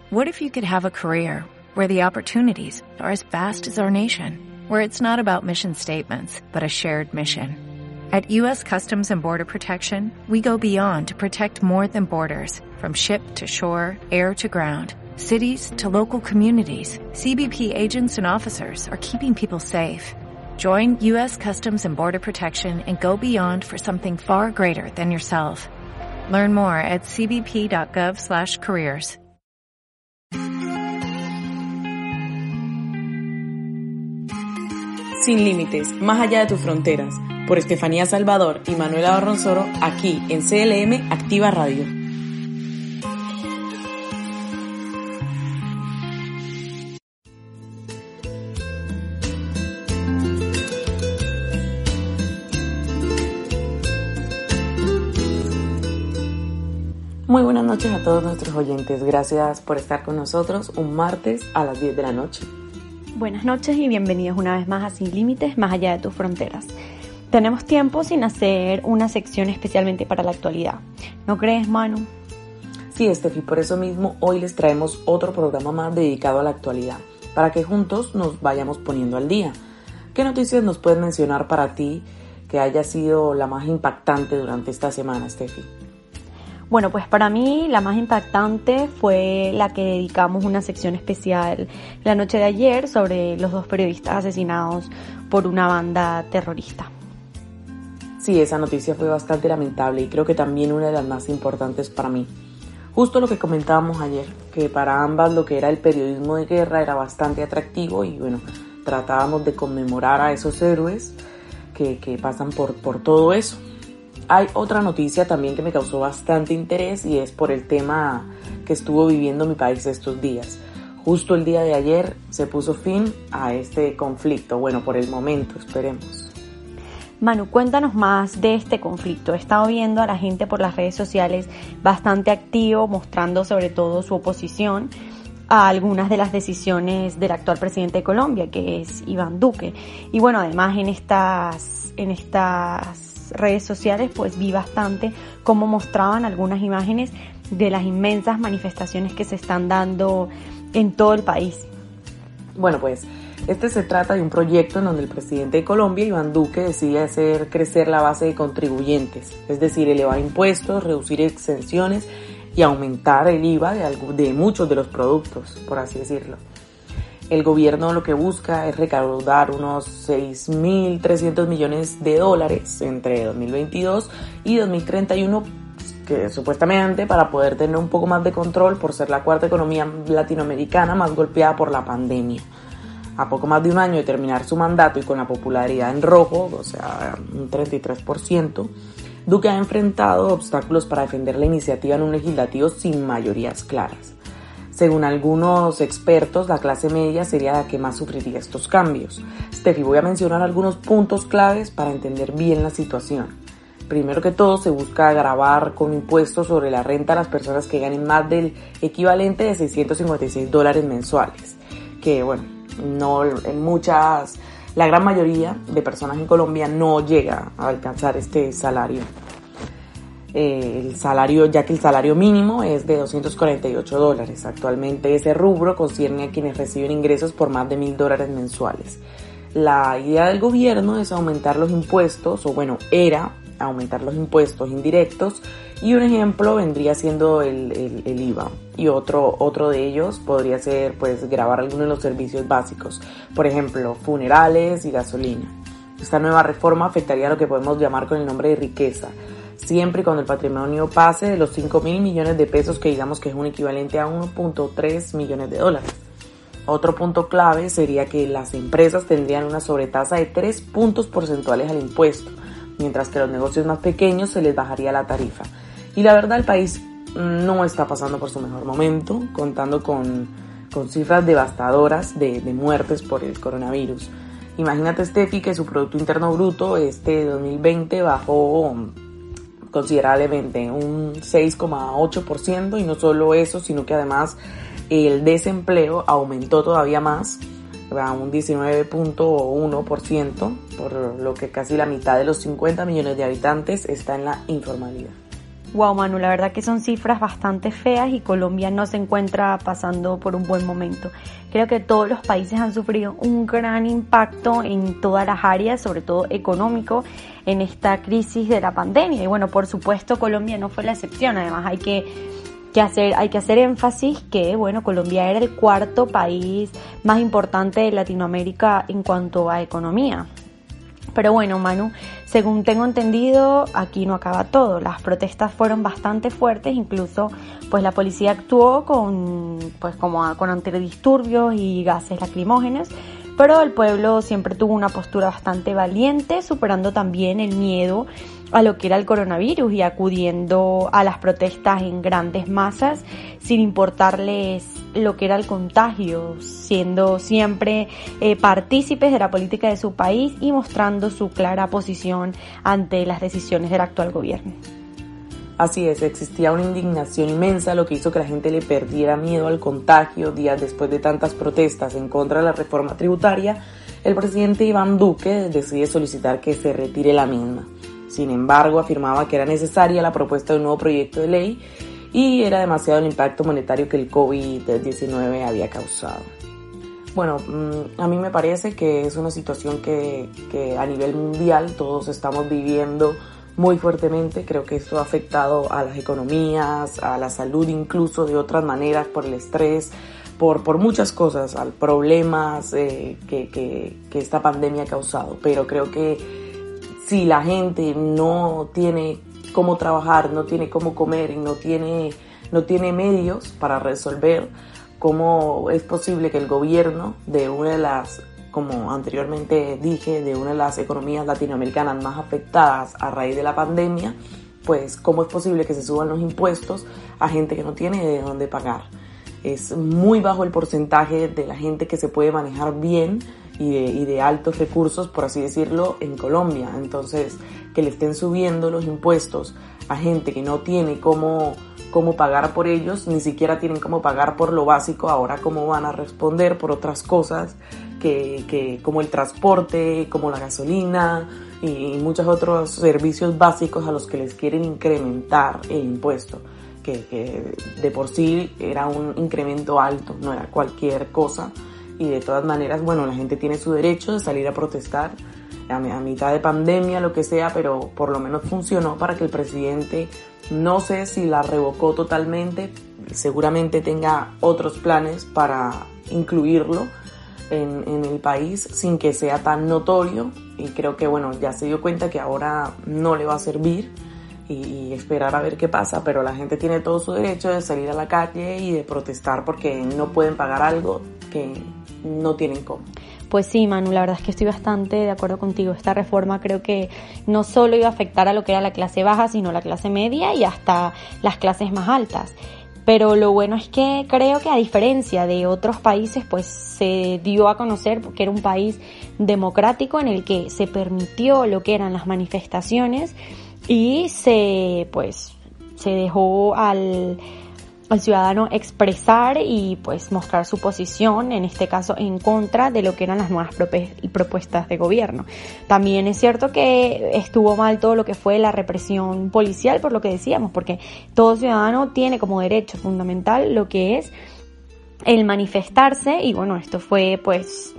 What if you could have a career where the opportunities are as vast as our nation, where it's not about mission statements, but a shared mission? At U.S. Customs and Border Protection, we go beyond to protect more than borders, from ship to shore, air to ground, cities to local communities. CBP agents and officers are keeping people safe. Join U.S. Customs and Border Protection and go beyond for something far greater than yourself. Learn more at cbp.gov/careers. Sin límites, más allá de tus fronteras, por Estefanía Salvador y Manuela Barronzoro, aquí en CLM Activa Radio. Muy buenas noches a todos nuestros oyentes. Gracias por estar con nosotros un martes a las 10 de la noche. Buenas noches y bienvenidos una vez más a Sin Límites, más allá de tus fronteras. Tenemos tiempo sin hacer una sección especialmente para la actualidad. ¿No crees, Manu? Sí, Estefi, por eso mismo hoy les traemos otro programa más dedicado a la actualidad, para que juntos nos vayamos poniendo al día. ¿Qué noticias nos puedes mencionar para ti que haya sido la más impactante durante esta semana, Estefi? Bueno, pues para mí la más impactante fue la que dedicamos una sección especial la noche de ayer sobre los 2 periodistas asesinados por una banda terrorista. Sí, esa noticia fue bastante lamentable y creo que también una de las más importantes para mí. Justo lo que comentábamos ayer, que para ambas lo que era el periodismo de guerra era bastante atractivo y bueno, tratábamos de conmemorar a esos héroes que pasan por todo eso. Hay otra noticia también que me causó bastante interés y es por el tema que estuvo viviendo mi país estos días. Justo el día de ayer se puso fin a este conflicto. Bueno, por el momento, esperemos. Manu, cuéntanos más de este conflicto. He estado viendo a la gente por las redes sociales bastante activo, mostrando sobre todo su oposición a algunas de las decisiones del actual presidente de Colombia, que es Iván Duque. Y bueno, además en estas redes sociales pues vi bastante cómo mostraban algunas imágenes de las inmensas manifestaciones que se están dando en todo el país. Bueno, pues se trata de un proyecto en donde el presidente de Colombia, Iván Duque, decide hacer crecer la base de contribuyentes, es decir, elevar impuestos, reducir exenciones y aumentar el IVA de muchos de los productos, por así decirlo. El gobierno lo que busca es recaudar unos 6.300 millones de dólares entre 2022 y 2031, que supuestamente para poder tener un poco más de control por ser la 4ª economía latinoamericana más golpeada por la pandemia. A poco más de un año de terminar su mandato y con la popularidad en rojo, o sea, un 33%, Duque ha enfrentado obstáculos para defender la iniciativa en un legislativo sin mayorías claras. Según algunos expertos, la clase media sería la que más sufriría estos cambios. Steffi, voy a mencionar algunos puntos claves para entender bien la situación. Primero que todo, se busca gravar con impuestos sobre la renta a las personas que ganen más del equivalente de $656 mensuales, que bueno, la gran mayoría de personas en Colombia no llega a alcanzar este salario. Ya que el salario mínimo es de $248. Actualmente ese rubro concierne a quienes reciben ingresos por más de $1,000 mensuales. La idea del gobierno es aumentar los impuestos, era aumentar los impuestos indirectos, y un ejemplo vendría siendo el IVA, y otro de ellos podría ser pues gravar algunos de los servicios básicos, por ejemplo funerales y gasolina. Esta nueva reforma afectaría a lo que podemos llamar con el nombre de riqueza, siempre y cuando el patrimonio pase de los 5.000 millones de pesos, que digamos que es un equivalente a 1.3 millones de dólares. Otro punto clave sería que las empresas tendrían una sobretasa de 3 puntos porcentuales al impuesto, mientras que a los negocios más pequeños se les bajaría la tarifa. Y la verdad, el país no está pasando por su mejor momento, contando con cifras devastadoras de muertes por el coronavirus. Imagínate, Steffi, que su Producto Interno Bruto 2020 bajó considerablemente, un 6,8%, y no solo eso, sino que además el desempleo aumentó todavía más, a un 19,1%, por lo que casi la mitad de los 50 millones de habitantes está en la informalidad. Wow, Manu, la verdad que son cifras bastante feas y Colombia no se encuentra pasando por un buen momento. Creo que todos los países han sufrido un gran impacto en todas las áreas, sobre todo económico, en esta crisis de la pandemia. Y bueno, por supuesto, Colombia no fue la excepción. Además, hay que hacer énfasis que, bueno, Colombia era el cuarto país más importante de Latinoamérica en cuanto a economía. Pero bueno, Manu, según tengo entendido, aquí no acaba todo. Las protestas fueron bastante fuertes, incluso pues la policía actuó con antidisturbios y gases lacrimógenos, pero el pueblo siempre tuvo una postura bastante valiente, superando también el miedo a lo que era el coronavirus y acudiendo a las protestas en grandes masas sin importarles lo que era el contagio, siendo siempre partícipes de la política de su país y mostrando su clara posición ante las decisiones del actual gobierno. Así es, existía una indignación inmensa, lo que hizo que la gente le perdiera miedo al contagio. Días después de tantas protestas en contra de la reforma tributaria, el presidente Iván Duque decide solicitar que se retire la misma. Sin embargo, afirmaba que era necesaria la propuesta de un nuevo proyecto de ley y era demasiado el impacto monetario que el COVID-19 había causado. Bueno, a mí me parece que es una situación que a nivel mundial todos estamos viviendo muy fuertemente. Creo que esto ha afectado a las economías, a la salud incluso de otras maneras, por el estrés, por muchas cosas, al problemas que esta pandemia ha causado. Pero creo que si la gente no tiene cómo trabajar, no tiene cómo comer y no tiene medios para resolver, ¿cómo es posible que el gobierno de una de las, como anteriormente dije, de una de las economías latinoamericanas más afectadas a raíz de la pandemia, pues cómo es posible que se suban los impuestos a gente que no tiene de dónde pagar? Es muy bajo el porcentaje de la gente que se puede manejar bien y de altos recursos, por así decirlo, en Colombia. Entonces, que le estén subiendo los impuestos a gente que no tiene cómo pagar por ellos, ni siquiera tienen cómo pagar por lo básico, ahora cómo van a responder por otras cosas que como el transporte, como la gasolina y muchos otros servicios básicos a los que les quieren incrementar el impuesto, que de por sí era un incremento alto, no era cualquier cosa. Y de todas maneras, bueno, la gente tiene su derecho de salir a protestar a mitad de pandemia, lo que sea, pero por lo menos funcionó para que el presidente, no sé si la revocó totalmente, seguramente tenga otros planes para incluirlo en el país sin que sea tan notorio, y creo que bueno, ya se dio cuenta que ahora no le va a servir y esperar a ver qué pasa, pero la gente tiene todo su derecho de salir a la calle y de protestar porque no pueden pagar algo que no tienen cómo. Pues sí, Manu, la verdad es que estoy bastante de acuerdo contigo. Esta reforma creo que no solo iba a afectar a lo que era la clase baja, sino la clase media y hasta las clases más altas. Pero lo bueno es que creo que a diferencia de otros países, pues se dio a conocer que era un país democrático en el que se permitió lo que eran las manifestaciones y se dejó al ciudadano expresar y pues mostrar su posición, en este caso en contra de lo que eran las nuevas propuestas de gobierno. También es cierto que estuvo mal todo lo que fue la represión policial, por lo que decíamos, porque todo ciudadano tiene como derecho fundamental lo que es el manifestarse, y bueno, esto fue pues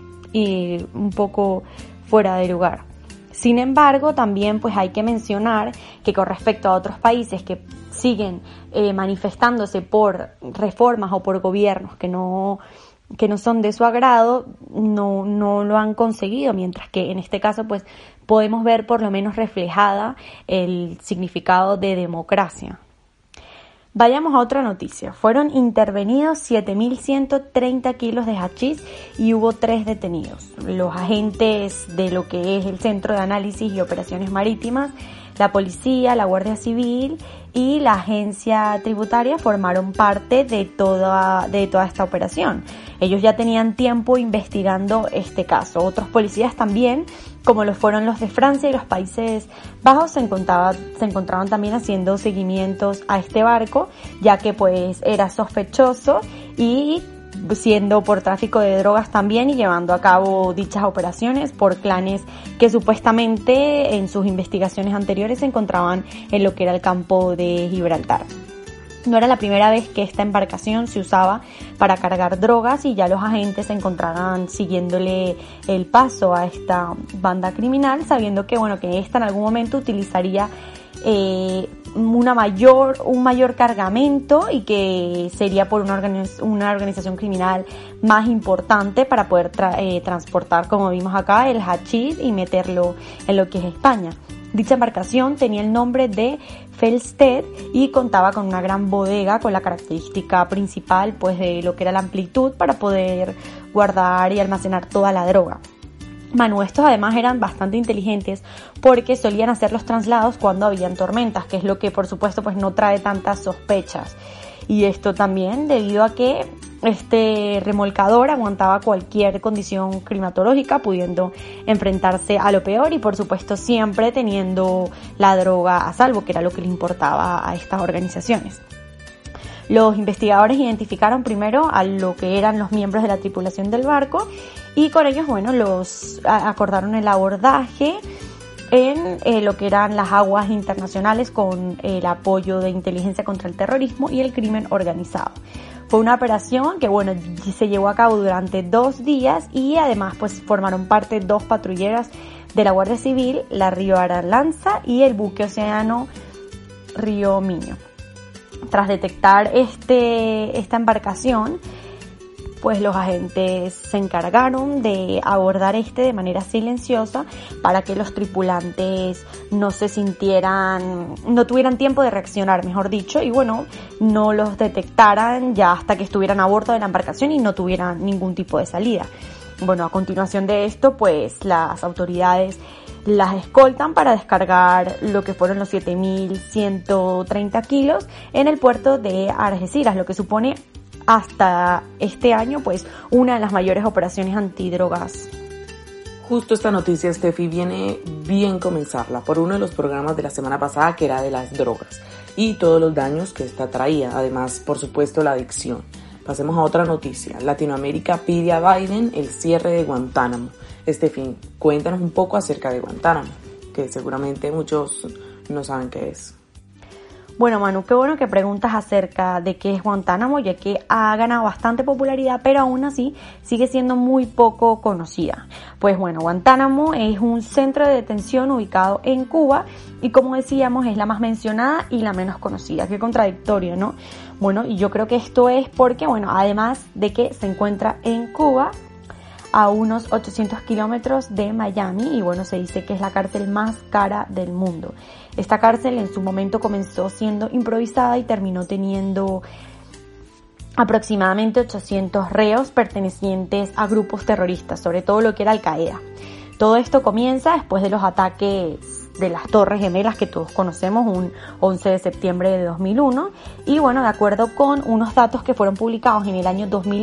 un poco fuera de lugar. Sin embargo, también pues hay que mencionar que con respecto a otros países que siguen manifestándose por reformas o por gobiernos que no son de su agrado, no lo han conseguido, mientras que en este caso pues podemos ver por lo menos reflejada el significado de democracia. Vayamos a otra noticia. Fueron intervenidos 7.130 kilos de hachís y hubo 3 detenidos. Los agentes de lo que es el Centro de Análisis y Operaciones Marítimas, la policía, la Guardia Civil y la agencia tributaria formaron parte de toda esta operación. Ellos ya tenían tiempo investigando este caso. Otros policías también, como lo fueron los de Francia y los Países Bajos, se encontraban también haciendo seguimientos a este barco, ya que pues era sospechoso y siendo por tráfico de drogas también y llevando a cabo dichas operaciones por clanes que supuestamente en sus investigaciones anteriores se encontraban en lo que era el campo de Gibraltar. No era la primera vez que esta embarcación se usaba para cargar drogas y ya los agentes se encontraban siguiéndole el paso a esta banda criminal, sabiendo que que esta en algún momento utilizaría un mayor cargamento y que sería por una organización criminal más importante para poder transportar, como vimos acá, el hachís y meterlo en lo que es España. Dicha embarcación tenía el nombre de Felsted y contaba con una gran bodega con la característica principal pues de lo que era la amplitud para poder guardar y almacenar toda la droga. Estos además eran bastante inteligentes porque solían hacer los traslados cuando habían tormentas, que es lo que por supuesto pues no trae tantas sospechas. Y esto también debido a que este remolcador aguantaba cualquier condición climatológica, pudiendo enfrentarse a lo peor y por supuesto siempre teniendo la droga a salvo, que era lo que le importaba a estas organizaciones. Los investigadores identificaron primero a lo que eran los miembros de la tripulación del barco y con ellos, los acordaron el abordaje en lo que eran las aguas internacionales con el apoyo de inteligencia contra el terrorismo y el crimen organizado. Fue una operación que se llevó a cabo durante 2 días y además pues formaron parte 2 patrulleras de la Guardia Civil, la Río Arlanza y el buque Océano Río Miño. Tras detectar esta embarcación, pues los agentes se encargaron de abordar de manera silenciosa para que los tripulantes no tuvieran tiempo de reaccionar, mejor dicho, y no los detectaran ya hasta que estuvieran a bordo de la embarcación y no tuvieran ningún tipo de salida. A continuación de esto, pues las autoridades las escoltan para descargar lo que fueron los 7.130 kilos en el puerto de Algeciras, lo que supone hasta este año pues una de las mayores operaciones antidrogas. Justo esta noticia, Steffi, viene bien comenzarla por uno de los programas de la semana pasada que era de las drogas y todos los daños que esta traía, además por supuesto la adicción. Pasemos a otra noticia. Latinoamérica pide a Biden el cierre de Guantánamo. Steffi, cuéntanos un poco acerca de Guantánamo, que seguramente muchos no saben qué es. Manu, qué bueno que preguntas acerca de qué es Guantánamo, ya que ha ganado bastante popularidad, pero aún así sigue siendo muy poco conocida. Pues Guantánamo es un centro de detención ubicado en Cuba y como decíamos es la más mencionada y la menos conocida. Qué contradictorio, ¿no? Y yo creo que esto es porque, además de que se encuentra en Cuba, a unos 800 kilómetros de Miami y se dice que es la cárcel más cara del mundo. Esta cárcel en su momento comenzó siendo improvisada y terminó teniendo aproximadamente 800 reos pertenecientes a grupos terroristas, sobre todo lo que era Al Qaeda. Todo esto comienza después de los ataques de las Torres Gemelas que todos conocemos, un 11 de septiembre de 2001 y de acuerdo con unos datos que fueron publicados en el año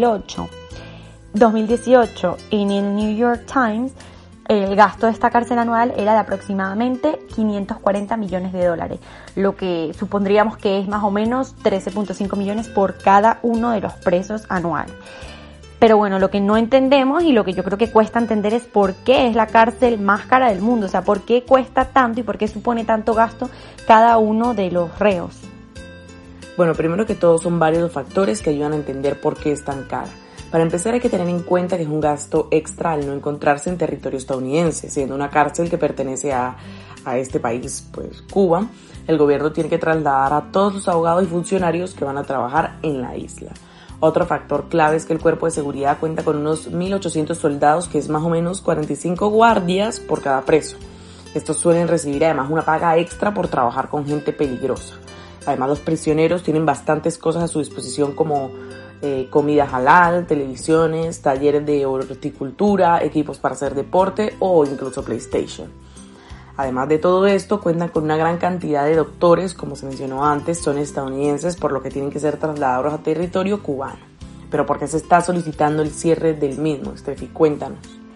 2018 en el New York Times, el gasto de esta cárcel anual era de aproximadamente $540 millones, lo que supondríamos que es más o menos 13.5 millones por cada uno de los presos anual. Pero lo que no entendemos y lo que yo creo que cuesta entender es por qué es la cárcel más cara del mundo, o sea, por qué cuesta tanto y por qué supone tanto gasto cada uno de los reos. Primero que todo son varios los factores que ayudan a entender por qué es tan cara. Para empezar hay que tener en cuenta que es un gasto extra al no encontrarse en territorio estadounidense, siendo una cárcel que pertenece a este país, pues Cuba. El gobierno tiene que trasladar a todos los abogados y funcionarios que van a trabajar en la isla. Otro factor clave es que el cuerpo de seguridad cuenta con unos 1.800 soldados, que es más o menos 45 guardias por cada preso. Estos suelen recibir además una paga extra por trabajar con gente peligrosa. Además los prisioneros tienen bastantes cosas a su disposición como comida halal, televisiones, talleres de horticultura, equipos para hacer deporte o incluso PlayStation. Además de todo esto, cuentan con una gran cantidad de doctores, como se mencionó antes, son estadounidenses, por lo que tienen que ser trasladados a territorio cubano. Pero ¿por qué se está solicitando el cierre del mismo, Steffi? Cuéntanos.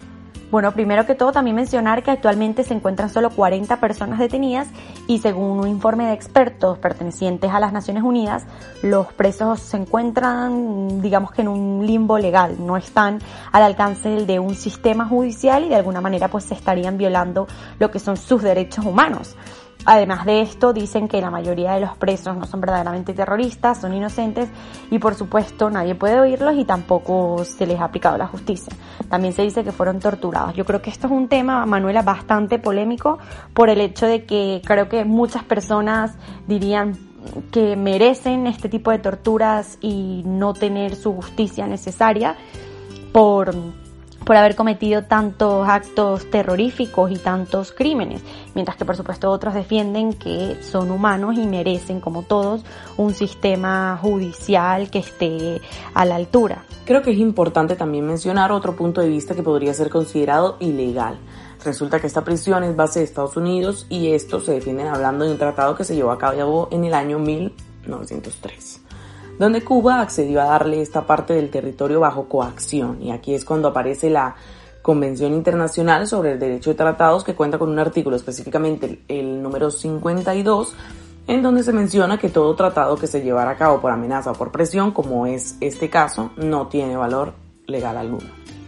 Bueno, primero que todo también mencionar que actualmente se encuentran solo 40 personas detenidas y según un informe de expertos pertenecientes a las Naciones Unidas, los presos se encuentran, digamos que en un limbo legal, no están al alcance de un sistema judicial y de alguna manera pues se estarían violando lo que son sus derechos humanos. Además de esto, dicen que la mayoría de los presos no son verdaderamente terroristas, son inocentes y por supuesto nadie puede oírlos y tampoco se les ha aplicado la justicia. También se dice que fueron torturados. Yo creo que esto es un tema, Manuela, bastante polémico por el hecho de que creo que muchas personas dirían que merecen este tipo de torturas y no tener su justicia necesaria por haber cometido tantos actos terroríficos y tantos crímenes, mientras que por supuesto otros defienden que son humanos y merecen, como todos, un sistema judicial que esté a la altura. Creo que es importante también mencionar otro punto de vista que podría ser considerado ilegal. Resulta que esta prisión es base de Estados Unidos y estos se defienden hablando de un tratado que se llevó a cabo en el año 1903. Donde Cuba accedió a darle esta parte del territorio bajo coacción. Y aquí es cuando aparece la Convención Internacional sobre el Derecho de Tratados, que cuenta con un artículo, específicamente el número 52, en donde se menciona que todo tratado que se llevara a cabo por amenaza o por presión, como es este caso, no tiene valor legal alguno.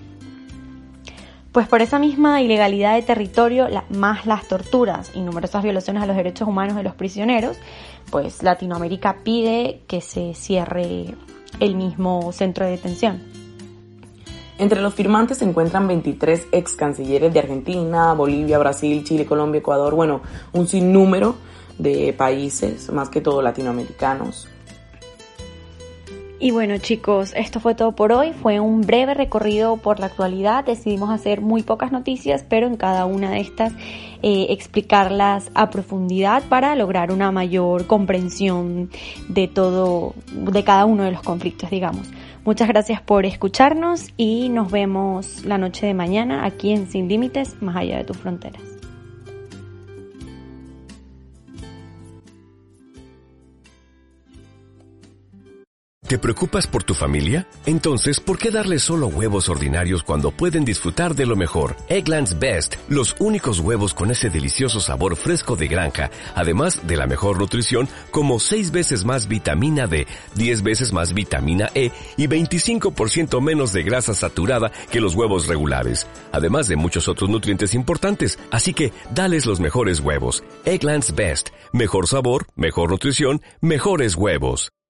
Pues por esa misma ilegalidad de territorio, más las torturas y numerosas violaciones a los derechos humanos de los prisioneros, pues Latinoamérica pide que se cierre el mismo centro de detención. Entre los firmantes se encuentran 23 ex cancilleres de Argentina, Bolivia, Brasil, Chile, Colombia, Ecuador, un sinnúmero de países, más que todo latinoamericanos. Y bueno, chicos, esto fue todo por hoy. Fue un breve recorrido por la actualidad. Decidimos hacer muy pocas noticias, pero en cada una de estas explicarlas a profundidad para lograr una mayor comprensión de cada uno de los conflictos, digamos. Muchas gracias por escucharnos y nos vemos la noche de mañana aquí en Sin Límites, más allá de tus fronteras. ¿Te preocupas por tu familia? Entonces, ¿por qué darles solo huevos ordinarios cuando pueden disfrutar de lo mejor? Eggland's Best, los únicos huevos con ese delicioso sabor fresco de granja, además de la mejor nutrición, como 6 veces más vitamina D, 10 veces más vitamina E y 25% menos de grasa saturada que los huevos regulares, además de muchos otros nutrientes importantes. Así que, dales los mejores huevos. Eggland's Best, mejor sabor, mejor nutrición, mejores huevos.